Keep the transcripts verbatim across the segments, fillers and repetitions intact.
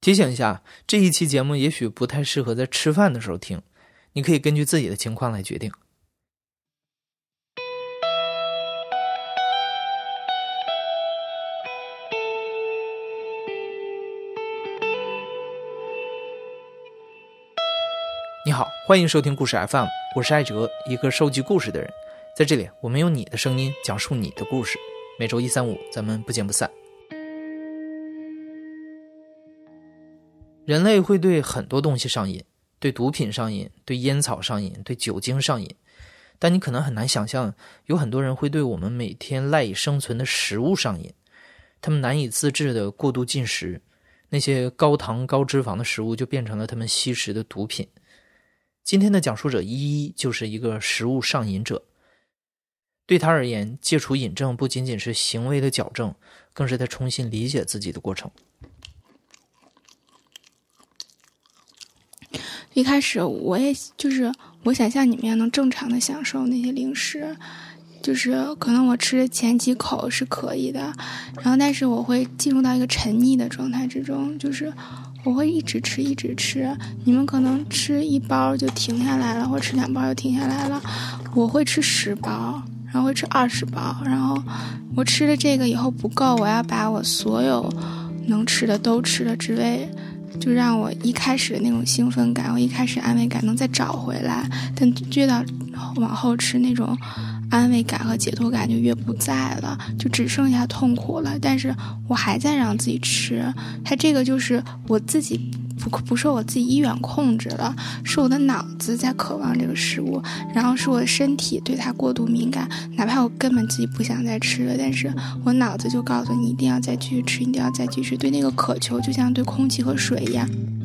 提醒一下，这一期节目也许不太适合在吃饭的时候听，你可以根据自己的情况来决定。你好，欢迎收听故事 F M， 我是艾哲，一个收集故事的人。在这里，我们用你的声音讲述你的故事。每周一、三、五，咱们不见不散。人类会对很多东西上瘾，对毒品上瘾，对烟草上瘾，对酒精上瘾。但你可能很难想象，有很多人会对我们每天赖以生存的食物上瘾。他们难以自制的过度进食，那些高糖高脂肪的食物就变成了他们吸食的毒品。今天的讲述者依依就是一个食物上瘾者。对他而言，戒除瘾症不仅仅是行为的矫正，更是他重新理解自己的过程。 一开始我也就是我想像你们一样能正常的享受那些零食，就是可能我吃前几口是可以的，然后但是我会进入到一个沉溺的状态之中，就是我会一直吃一直吃。你们可能吃一包就停下来了，或者吃两包就停下来了，我会吃十包，然后会吃二十包，然后我吃了这个以后不够，我要把我所有能吃的都吃了，只为就让我一开始的那种兴奋感，我一开始安慰感能再找回来，但越到往后吃那种安慰感和解脱感就越不在了，就只剩下痛苦了。但是我还在让自己吃，它这个就是我自己不不受我自己意愿控制了，是我的脑子在渴望这个食物，然后是我的身体对它过度敏感，哪怕我根本自己不想再吃了，但是我脑子就告诉你一定要再继续吃，一定要再继续，对那个渴求就像对空气和水一样。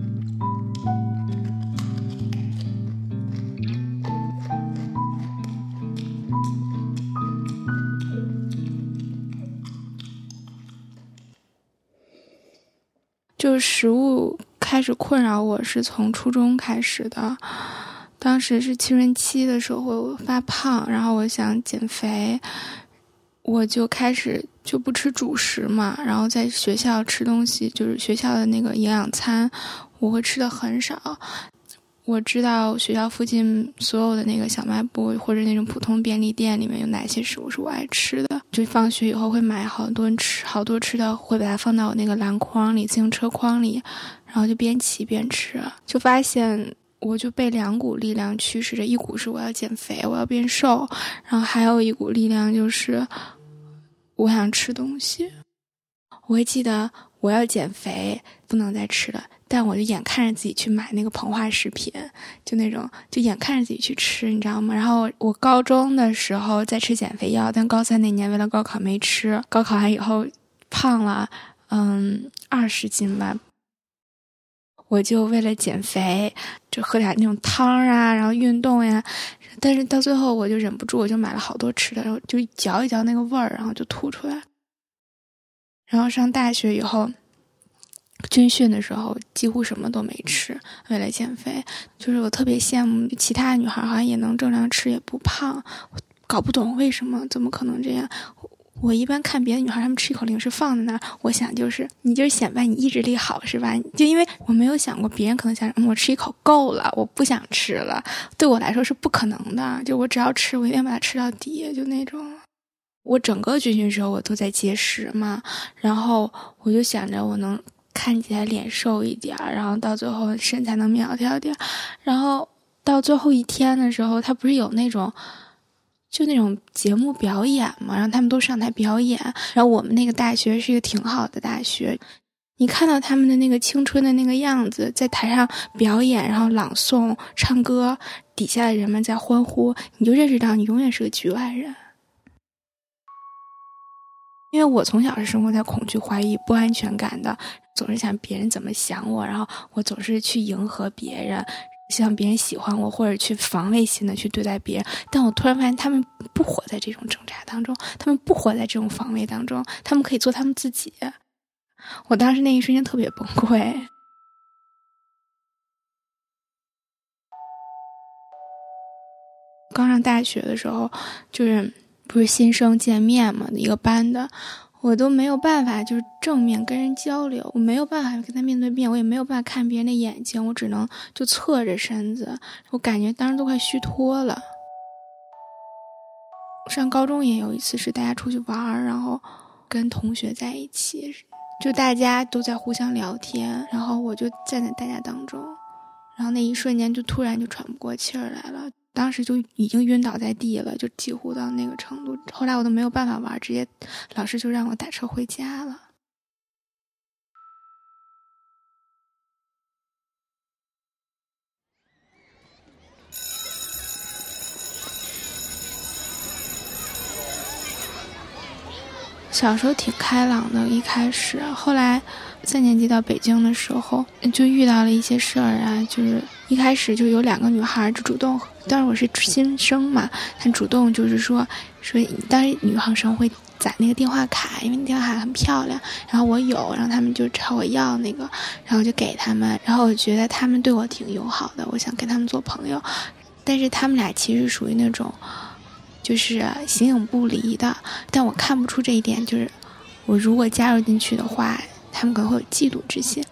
就是食物开始困扰我是从初中开始的，当时是青春期的时候我发胖，然后我想减肥，我就开始就不吃主食嘛，然后在学校吃东西，就是学校的那个营养餐我会吃的很少。我知道学校附近所有的那个小卖部或者那种普通便利店里面有哪些食物是我爱吃的，就放学以后会买好多吃好多吃的，会把它放到我那个篮筐里，自行车筐里，然后就边骑边吃，就发现我就被两股力量驱使着，一股是我要减肥，我要变瘦，然后还有一股力量就是我想吃东西。我会记得我要减肥不能再吃了，但我就眼看着自己去买那个膨化食品，就那种就眼看着自己去吃，你知道吗？然后我高中的时候在吃减肥药，但高三那年为了高考没吃，高考完以后胖了嗯二十斤吧。我就为了减肥就喝点那种汤啊，然后运动呀，但是到最后我就忍不住，我就买了好多吃的，然后就嚼一嚼那个味儿，然后就吐出来。然后上大学以后军训的时候几乎什么都没吃，为了减肥。就是我特别羡慕其他女孩好像也能正常吃也不胖，我搞不懂为什么，怎么可能这样。我一般看别的女孩她们吃一口零食放在那儿，我想就是你就是显摆你意志力好是吧？就因为我没有想过别人可能想、嗯、我吃一口够了，我不想吃了，对我来说是不可能的，就我只要吃我一定要把它吃到底，就那种。我整个军训时候我都在节食嘛，然后我就想着我能看起来脸瘦一点，然后到最后身材能苗条点，然后到最后一天的时候他不是有那种就那种节目表演嘛，让他们都上台表演，然后我们那个大学是一个挺好的大学，你看到他们的那个青春的那个样子，在台上表演然后朗诵唱歌，底下的人们在欢呼，你就认识到你永远是个局外人。因为我从小是生活在恐惧、怀疑、不安全感的，总是想别人怎么想我，然后我总是去迎合别人，希望别人喜欢我，或者去防卫心的去对待别人。但我突然发现他们不活在这种挣扎当中，他们不活在这种防卫当中，他们可以做他们自己。我当时那一瞬间特别崩溃。刚上大学的时候，就是不是新生见面嘛，一个班的， 我都没有办法就是正面跟人交流，我没有办法跟他面对面，我也没有办法看别人的眼睛，我只能就侧着身子，我感觉当时都快虚脱了。上高中也有一次是大家出去玩，然后跟同学在一起，就大家都在互相聊天，然后我就站在大家当中，然后那一瞬间就突然就喘不过气儿来了，当时就已经晕倒在地了，就几乎到那个程度。后来我都没有办法玩，直接老师就让我打车回家了。小时候挺开朗的，一开始，后来三年级到北京的时候，就遇到了一些事儿啊，就是一开始就有两个女孩就主动，当时我是新生嘛，她主动就是说说，当时女航生会攒那个电话卡，因为电话卡很漂亮，然后我有，然后他们就朝我要那个，然后就给他们，然后我觉得他们对我挺友好的，我想跟他们做朋友，但是他们俩其实属于那种就是形影不离的，但我看不出这一点，就是我如果加入进去的话，他们可能会有嫉妒之心。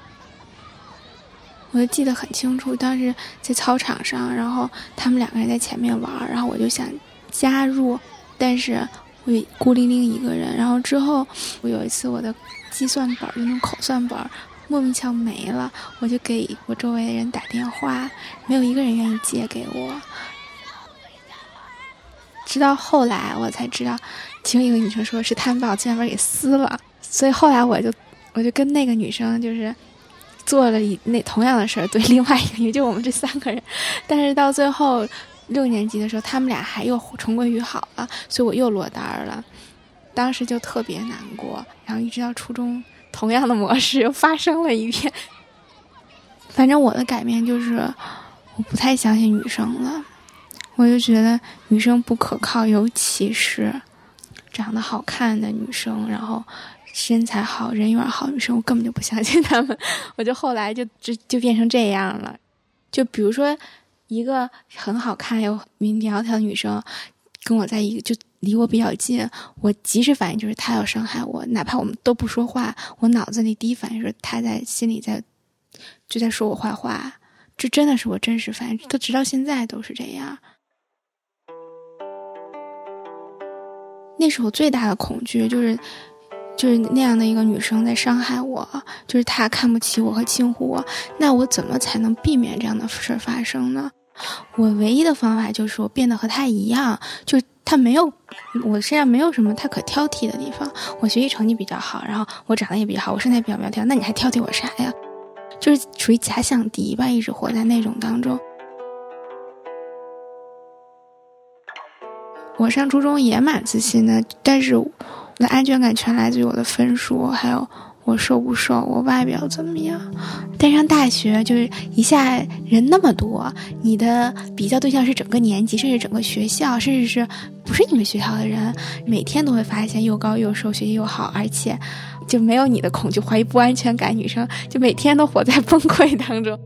我就记得很清楚，当时在操场上，然后他们两个人在前面玩，然后我就想加入，但是我孤零零一个人。然后之后我有一次我的计算本，就那种口算本莫名其妙没了，我就给我周围的人打电话，没有一个人愿意借给我。直到后来我才知道，其中一个女生说是他们把我计算本给撕了，所以后来我就我就跟那个女生就是做了一那同样的事儿，对另外一个，也就我们这三个人。但是到最后六年级的时候，他们俩还又重归于好了，所以我又落单了。当时就特别难过，然后一直到初中，同样的模式又发生了一遍。反正我的改变就是我不太相信女生了，我就觉得女生不可靠，尤其是长得好看的女生，然后身材好人缘好女生，我根本就不相信她们。我就后来就就就变成这样了。就比如说一个很好看又苗条的女生跟我在一个就离我比较近，我及时反应就是她要伤害我，哪怕我们都不说话，我脑子里第一反应是她在心里在就在说我坏话，这真的是我真实反应，都直到现在都是这样。那是我最大的恐惧，就是就是那样的一个女生在伤害我，就是她看不起我和轻忽我，那我怎么才能避免这样的事发生呢？我唯一的方法就是我变得和她一样，就她没有，我身上没有什么她可挑剔的地方，我学习成绩比较好，然后我长得也比较好，我身材比较苗条，那你还挑剔我啥呀？就是属于假想敌吧，一直活在那种当中。我上初中也蛮自信的，但是我的安全感全来自于我的分数，还有我瘦不瘦，我外表怎么样。但上大学就是一下人那么多，你的比较对象是整个年级，甚至整个学校，甚至是不是你们学校的人，每天都会发现又高又瘦，学习又好，而且就没有你的恐惧怀疑不安全感，女生就每天都活在崩溃当中。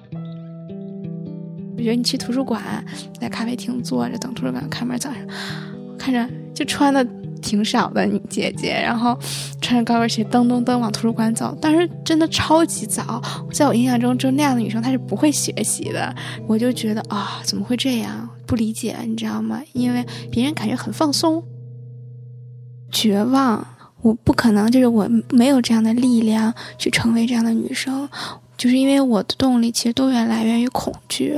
我觉得你去图书馆，在咖啡厅坐着等图书馆开门，早上我看着就穿的挺少的女姐姐，然后穿着高跟鞋噔噔噔往图书馆走，当时真的超级早，在我印象中就那样的女生她是不会学习的。我就觉得啊、哦，怎么会这样，不理解，你知道吗？因为别人感觉很放松，绝望，我不可能，就是我没有这样的力量去成为这样的女生，就是因为我的动力其实都源来源于恐惧。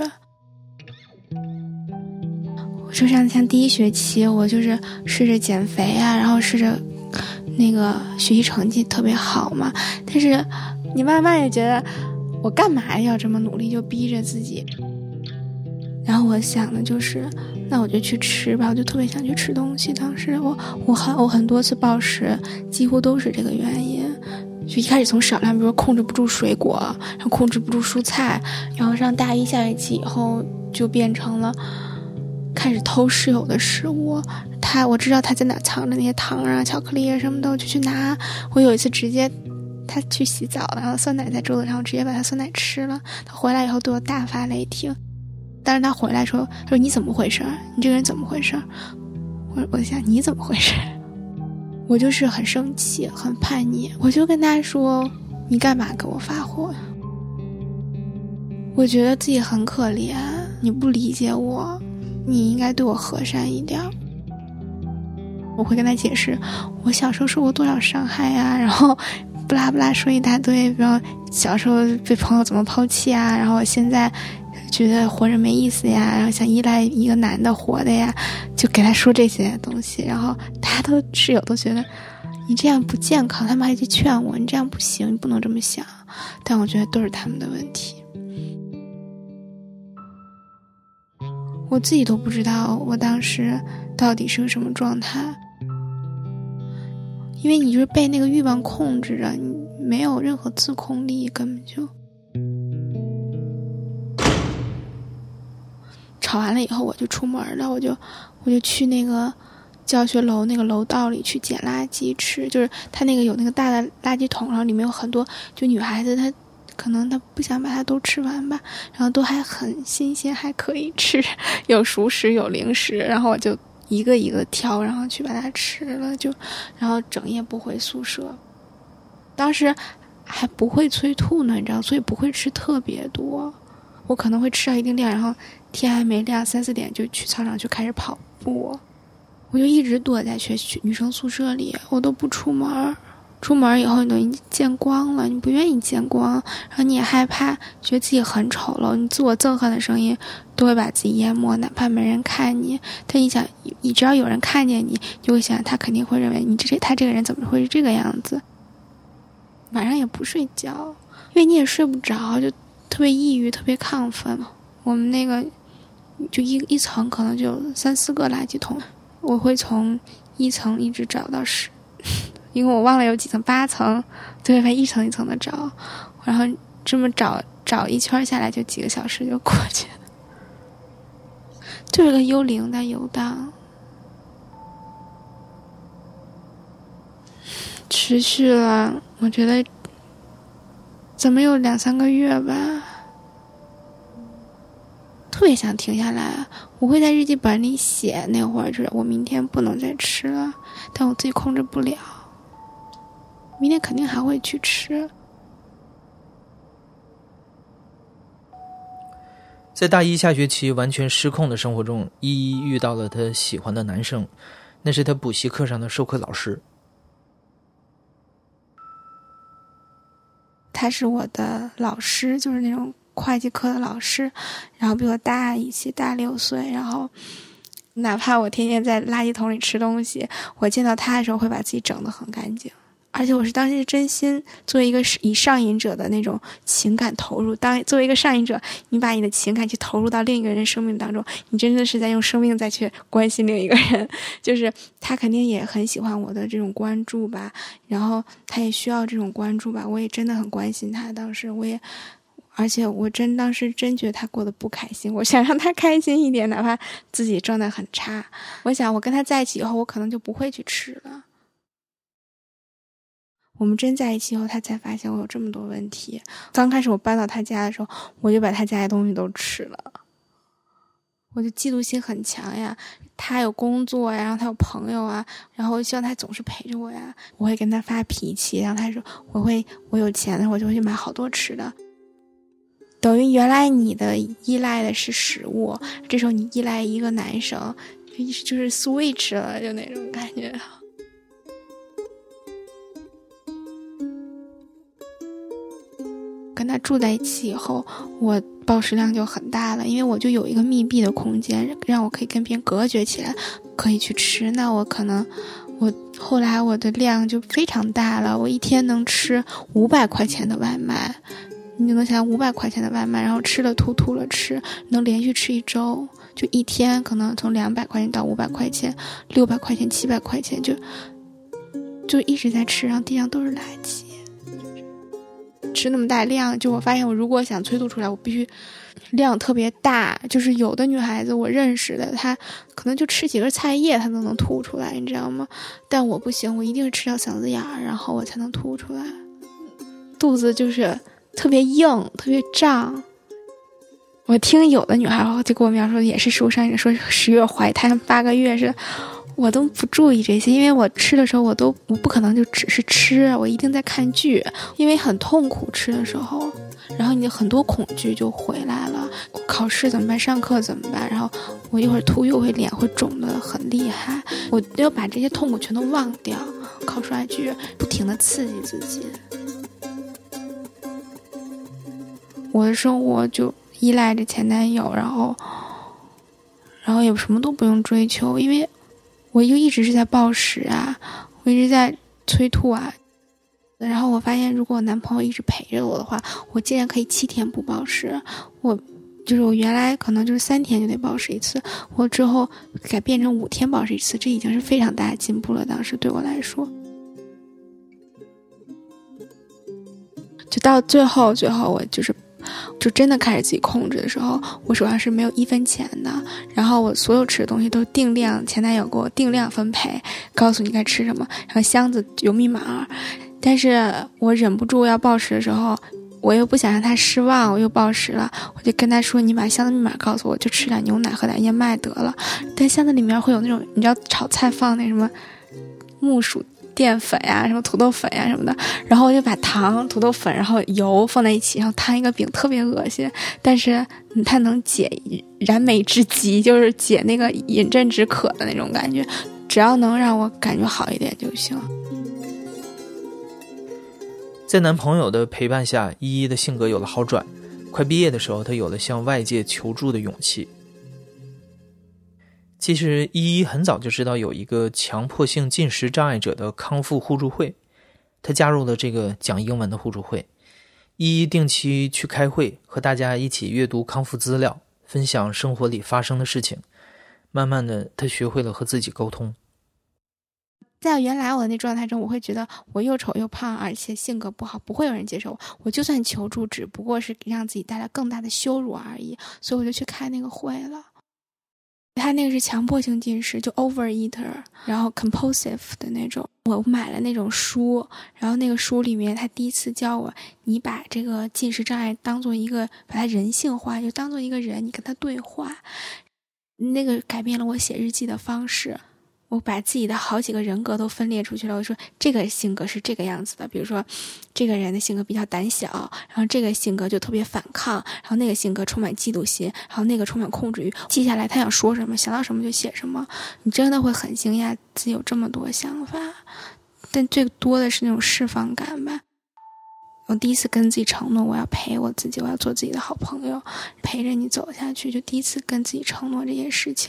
就像像第一学期我就是试着减肥啊，然后试着那个学习成绩特别好嘛，但是你慢慢也觉得我干嘛要这么努力，就逼着自己。然后我想的就是那我就去吃吧，我就特别想去吃东西。当时我我很我很多次暴食几乎都是这个原因，就一开始从少量，比如说控制不住水果，然后控制不住蔬菜，然后上大一下学期以后就变成了开始偷室友的食物，他我知道他在哪藏着那些糖啊巧克力啊什么的，我就去拿。我有一次直接他去洗澡了，然后酸奶在桌子上，我直接把他酸奶吃了。他回来以后对我大发雷霆，但是他回来说他说你怎么回事，你这个人怎么回事。我我想你怎么回事， 我就是很生气很叛逆，我就跟他说你干嘛给我发火，我觉得自己很可怜，你不理解我，你应该对我和善一点。我会跟他解释我小时候受过多少伤害呀、啊，然后不拉不拉说一大堆，比如小时候被朋友怎么抛弃啊，然后我现在觉得活着没意思呀，然后想依赖一个男的活的呀，就给他说这些东西，然后他都室友都觉得你这样不健康，他们还去劝我你这样不行，你不能这么想，但我觉得都是他们的问题。我自己都不知道我当时到底是个什么状态，因为你就是被那个欲望控制着，你没有任何自控力，根本就吵完了以后我就出门了，我就我就去那个教学楼那个楼道里去捡垃圾吃，就是他那个有那个大的垃圾桶，然后里面有很多就女孩子她可能她不想把它都吃完吧，然后都还很新鲜还可以吃，有熟食有零食，然后我就一个一个挑，然后去把它吃了，就然后整夜不回宿舍。当时还不会催吐呢，你知道，所以不会吃特别多，我可能会吃到一定量，然后天还没亮三四点就去操场就开始跑步，我就一直躲在学女生宿舍里，我都不出门。出门以后你都已经见光了，你不愿意见光，然后你也害怕觉得自己很丑陋，你自我憎恨的声音都会把自己淹没，哪怕没人看你，但你想你只要有人看见你就会想他肯定会认为你这他这个人怎么会是这个样子。晚上也不睡觉，因为你也睡不着，就特别抑郁特别亢奋。我们那个就一一层可能就有三四个垃圾桶，我会从一层一直找到十，因为我忘了有几层，八层，对，反正一层一层的找，然后这么找找一圈下来就几个小时就过去了，就是个幽灵在游荡。持续了我觉得怎么有两三个月吧，特别想停下来，我会在日记本里写那会儿就是我明天不能再吃了，但我自己控制不了，明天肯定还会去吃。 在大一下学期完全失控的生活中，依依遇到了她喜欢的男生，那是她补习课上的授课老师。 他是我的老师，就是那种会计课的老师，然后比我大一些，大六岁，然后哪怕我天天在垃圾桶里吃东西，我见到他的时候会把自己整得很干净，而且我是当时真心作为一个以上瘾者的那种情感投入，当作为一个上瘾者，你把你的情感去投入到另一个人生命当中，你真的是在用生命再去关心另一个人，就是他肯定也很喜欢我的这种关注吧，然后他也需要这种关注吧，我也真的很关心他，当时我也而且我真当时真觉得他过得不开心，我想让他开心一点，哪怕自己状态很差，我想我跟他在一起以后我可能就不会去吃了。我们真在一起以后他才发现我有这么多问题，刚开始我搬到他家的时候我就把他家的东西都吃了，我就嫉妒心很强呀，他有工作呀，然后他有朋友啊，然后希望他总是陪着我呀，我会跟他发脾气，然后他说我会我有钱的时候我就会去买好多吃的，等于原来你的依赖的是食物，这时候你依赖一个男生，就是 switch 了，就那种感觉。跟他住在一起以后，我暴食量就很大了，因为我就有一个密闭的空间，让我可以跟别人隔绝起来，可以去吃。那我可能，我后来我的量就非常大了，我一天能吃五百块钱的外卖。你就能想五百块钱的外卖，然后吃了吐吐了吃，能连续吃一周，就一天可能从两百块钱到五百块钱，六百块钱七百块钱，就就一直在吃，然后地上都是垃圾。吃那么大量，就我发现我如果想催吐出来，我必须量特别大，就是有的女孩子我认识的，她可能就吃几根菜叶她都能吐出来，你知道吗？但我不行，我一定是吃到嗓子眼儿，然后我才能吐出来。肚子就是特别硬特别胀。我听有的女孩就给我描述也是食物上瘾，说十月怀胎八个月是， 我都不注意这些，因为我吃的时候我都我不可能就只是吃，我一定在看剧，因为很痛苦吃的时候，然后你很多恐惧就回来了，考试怎么办，上课怎么办，然后我一会儿吐又会脸会肿得很厉害，我要把这些痛苦全都忘掉，靠刷剧不停地刺激自己。我的生活就依赖着前男友，然后然后也什么都不用追求，因为我就一直是在暴食啊，我一直在催吐啊。然后我发现如果我男朋友一直陪着我的话，我竟然可以七天不暴食。我就是我原来可能就是三天就得暴食一次，我之后改变成五天暴食一次，这已经是非常大的进步了，当时对我来说。就到最后最后我就是就真的开始自己控制的时候，我手上是没有一分钱的，然后我所有吃的东西都定量，前男友给我定量分配，告诉你该吃什么，然后箱子有密码。但是我忍不住要暴食的时候，我又不想让他失望，我又暴食了，我就跟他说你把箱子密码告诉我，就吃点牛奶喝点燕麦得了。但箱子里面会有那种你知道炒菜放那什么木薯淀粉呀、啊、什么土豆粉呀、啊、什么的，然后我就把糖土豆粉然后油放在一起，然后摊一个饼，特别恶心，但是它能解燃眉之急，就是解那个饮鸩止渴的那种感觉，只要能让我感觉好一点就行。 在男朋友的陪伴下，依依的性格有了好转，快毕业的时候她有了向外界求助的勇气。其实依依很早就知道有一个强迫性进食障碍者的康复互助会，她加入了这个讲英文的互助会。依依定期去开会，和大家一起阅读康复资料，分享生活里发生的事情。慢慢的，她学会了和自己沟通。 在原来我的那状态中，我会觉得我又丑又胖，而且性格不好，不会有人接受我。我就算求助，只不过是让自己带来更大的羞辱而已。所以我就去开那个会了。他那个是强迫性进食，就 overeater， 然后 compulsive 的那种。我买了那种书，然后那个书里面他第一次教我，你把这个进食障碍当做一个，把它人性化，就当做一个人，你跟他对话。那个改变了我写日记的方式。我把自己的好几个人格都分裂出去了，我说这个性格是这个样子的，比如说这个人的性格比较胆小，然后这个性格就特别反抗，然后那个性格充满嫉妒心，然后那个充满控制欲。记下来他想说什么，想到什么就写什么，你真的会很惊讶自己有这么多想法。但最多的是那种释放感吧。我第一次跟自己承诺我要陪我自己，我要做自己的好朋友，陪着你走下去，就第一次跟自己承诺这件事情。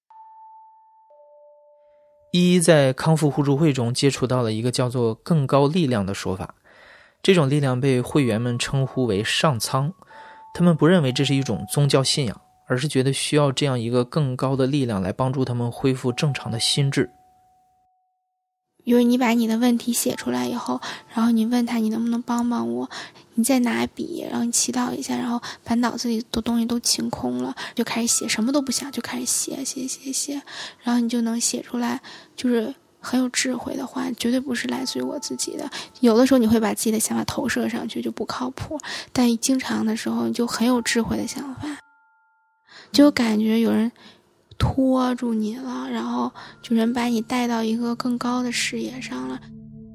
依依在康复互助会中接触到了一个叫做更高力量的说法，这种力量被会员们称呼为上苍。他们不认为这是一种宗教信仰，而是觉得需要这样一个更高的力量来帮助他们恢复正常的心智。 因为你把你的问题写出来以后，然后你问他你能不能帮帮我，你再拿笔，然后你祈祷一下，然后把脑子里的东西都清空了，就开始写，什么都不想就开始写写写写，然后你就能写出来就是很有智慧的话，绝对不是来自于我自己的。有的时候你会把自己的想法投射上去就不靠谱，但经常的时候你就很有智慧的想法，就感觉有人拖住你了，然后就人把你带到一个更高的视野上了。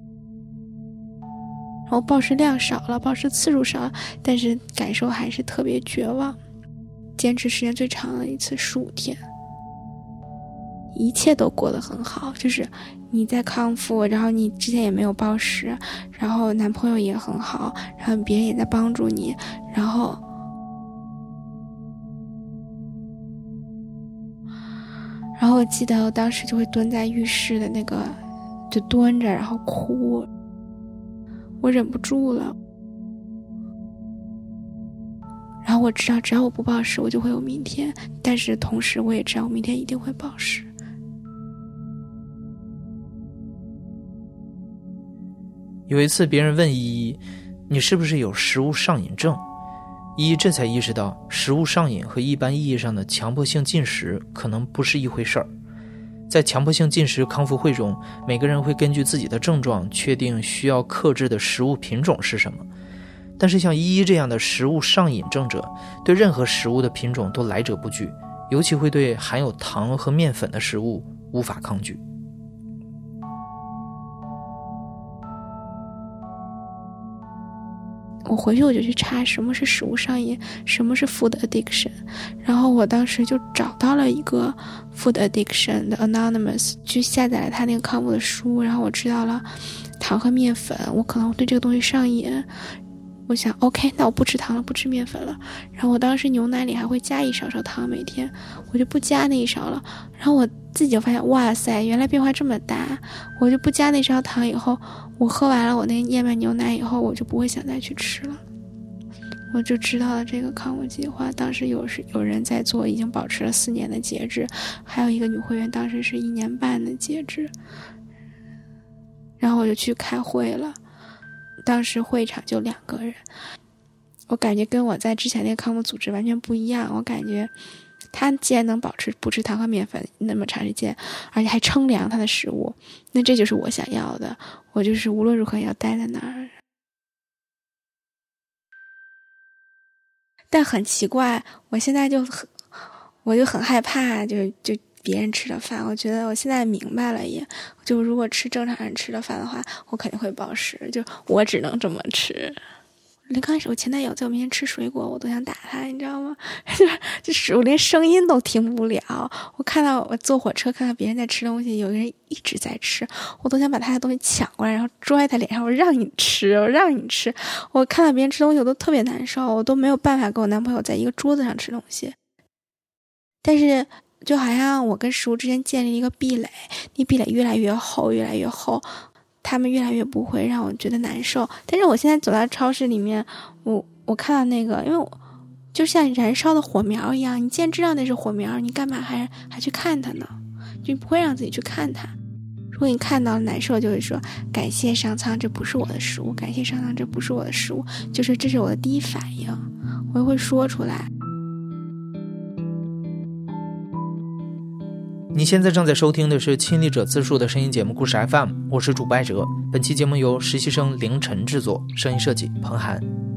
然后暴食量少了，暴食次数少了，但是感受还是特别绝望。坚持时间最长的一次十五天，一切都过得很好，就是你在康复，然后你之前也没有暴食，然后男朋友也很好，然后别人也在帮助你，然后然后我记得我当时就会蹲在浴室的那个，就蹲着然后哭，我忍不住了。然后我知道只要我不暴食我就会有明天，但是同时我也知道我明天一定会暴食。 有一次别人问依依，你是不是有食物上瘾症？依依这才意识到，食物上瘾和一般意义上的强迫性进食可能不是一回事儿。在强迫性进食康复会中，每个人会根据自己的症状确定需要克制的食物品种是什么。但是像依依这样的食物上瘾症者，对任何食物的品种都来者不拒， 尤其会对含有糖和面粉的食物无法抗拒。 我回去我就去查什么是食物上瘾，什么是 food addiction， 然后我当时就找到了一个 food addiction 的 Anonymous， 去下载了他那个康复的书，然后我知道了糖和面粉，我可能对这个东西上瘾。我想 OK， 那我不吃糖了，不吃面粉了。然后我当时牛奶里还会加一勺勺糖，每天我就不加那一勺了。然后我自己就发现，哇塞，原来变化这么大。我就不加那勺糖以后，我喝完了我那燕麦牛奶以后，我就不会想再去吃了。我就知道了这个康复计划，当时有是有人在做，已经保持了四年的节制，还有一个女会员当时是一年半的节制。然后我就去开会了。当时会场就两个人，我感觉跟我在之前那个康复组织完全不一样。我感觉他既然能保持不吃糖和面粉那么长时间，而且还称量他的食物，那这就是我想要的。我就是无论如何也要待在那儿。但很奇怪，我现在就很，我就很害怕，就就别人吃的饭。我觉得我现在明白了也，就如果吃正常人吃的饭的话，我肯定会暴食，就我只能这么吃。刚开始我前男友在我面前吃水果，我都想打他，你知道吗？就是我连声音都听不了。我看到我坐火车看到别人在吃东西，有个人一直在吃，我都想把他的东西抢过来，然后拽在他脸上，我让你吃，我让你吃。我看到别人吃东西我都特别难受，我都没有办法跟我男朋友在一个桌子上吃东西。但是就好像我跟食物之间建立一个壁垒，那壁垒越来越厚越来越厚，他们越来越不会让我觉得难受。但是我现在走到超市里面，我我看到那个，因为我就像燃烧的火苗一样，你既然知道那是火苗，你干嘛还还去看它呢？就不会让自己去看它。如果你看到难受，就会说感谢上苍，这不是我的食物，感谢上苍，这不是我的食物，就是这是我的第一反应，我也会说出来。 你现在正在收听的是亲历者自述的声音节目故事 F M， 我是主播艾哲。本期节目由实习生凌晨制作，声音设计彭涵。